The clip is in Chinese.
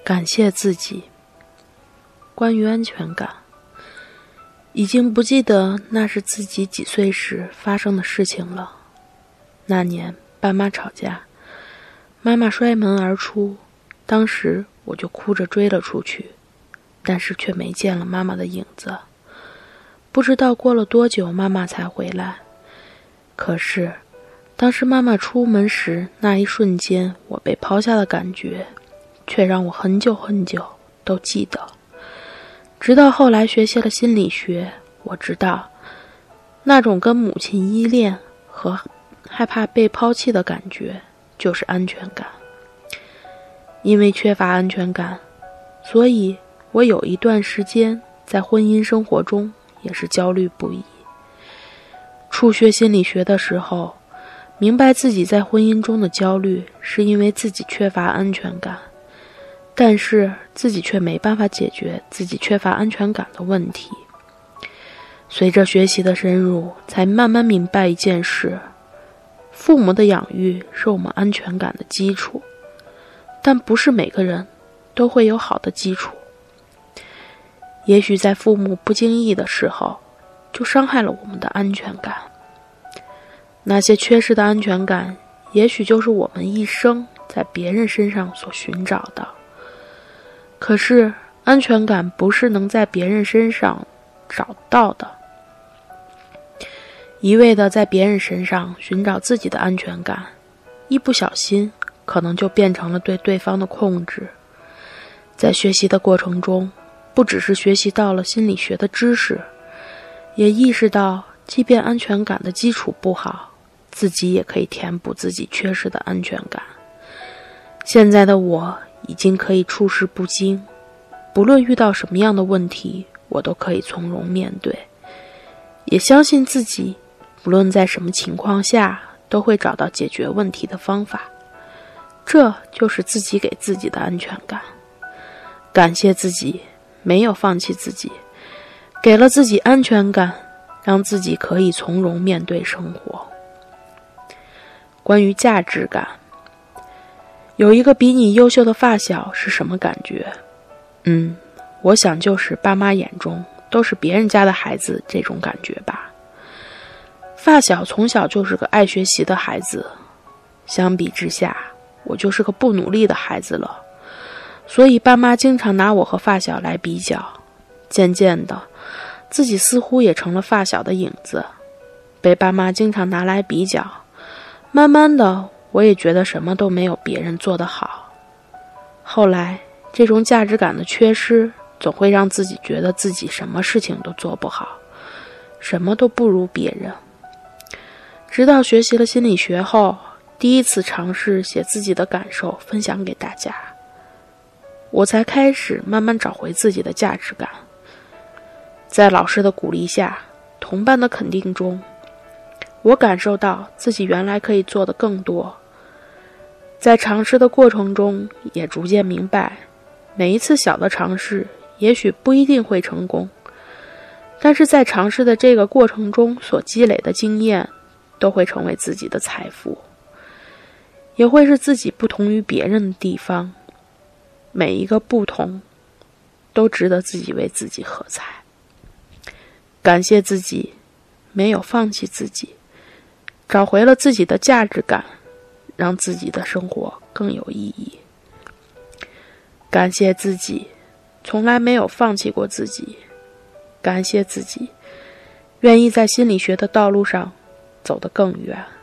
感谢自己。关于安全感，已经不记得那是自己几岁时发生的事情了。那年爸妈吵架，妈妈摔门而出，当时我就哭着追了出去，但是却没见了妈妈的影子。不知道过了多久妈妈才回来，可是当时妈妈出门时那一瞬间我被抛下的感觉，却让我很久很久都记得。直到后来学习了心理学，我知道那种跟母亲依恋和害怕被抛弃的感觉就是安全感。因为缺乏安全感，所以我有一段时间在婚姻生活中也是焦虑不已。初学心理学的时候，明白自己在婚姻中的焦虑是因为自己缺乏安全感，但是自己却没办法解决自己缺乏安全感的问题。随着学习的深入，才慢慢明白一件事，父母的养育是我们安全感的基础，但不是每个人都会有好的基础。也许在父母不经意的时候，就伤害了我们的安全感。那些缺失的安全感，也许就是我们一生在别人身上所寻找的。可是，安全感不是能在别人身上找到的。一味的在别人身上寻找自己的安全感，一不小心，可能就变成了对对方的控制。在学习的过程中，不只是学习到了心理学的知识，也意识到，即便安全感的基础不好，自己也可以填补自己缺失的安全感。现在的我已经可以处事不惊，不论遇到什么样的问题，我都可以从容面对，也相信自己不论在什么情况下都会找到解决问题的方法。这就是自己给自己的安全感。感谢自己没有放弃自己，给了自己安全感，让自己可以从容面对生活。关于价值感，有一个比你优秀的发小是什么感觉？我想就是爸妈眼中都是别人家的孩子这种感觉吧。发小从小就是个爱学习的孩子，相比之下，我就是个不努力的孩子了。所以爸妈经常拿我和发小来比较，渐渐的，自己似乎也成了发小的影子，被爸妈经常拿来比较。慢慢的，我也觉得什么都没有别人做得好。后来，这种价值感的缺失，总会让自己觉得自己什么事情都做不好，什么都不如别人。直到学习了心理学后，第一次尝试写自己的感受分享给大家，我才开始慢慢找回自己的价值感。在老师的鼓励下，同伴的肯定中，我感受到自己原来可以做的更多。在尝试的过程中，也逐渐明白，每一次小的尝试也许不一定会成功，但是在尝试的这个过程中所积累的经验，都会成为自己的财富，也会是自己不同于别人的地方。每一个不同，都值得自己为自己喝彩。感谢自己，没有放弃自己，找回了自己的价值感，让自己的生活更有意义。感谢自己，从来没有放弃过自己。感谢自己，愿意在心理学的道路上走得更远。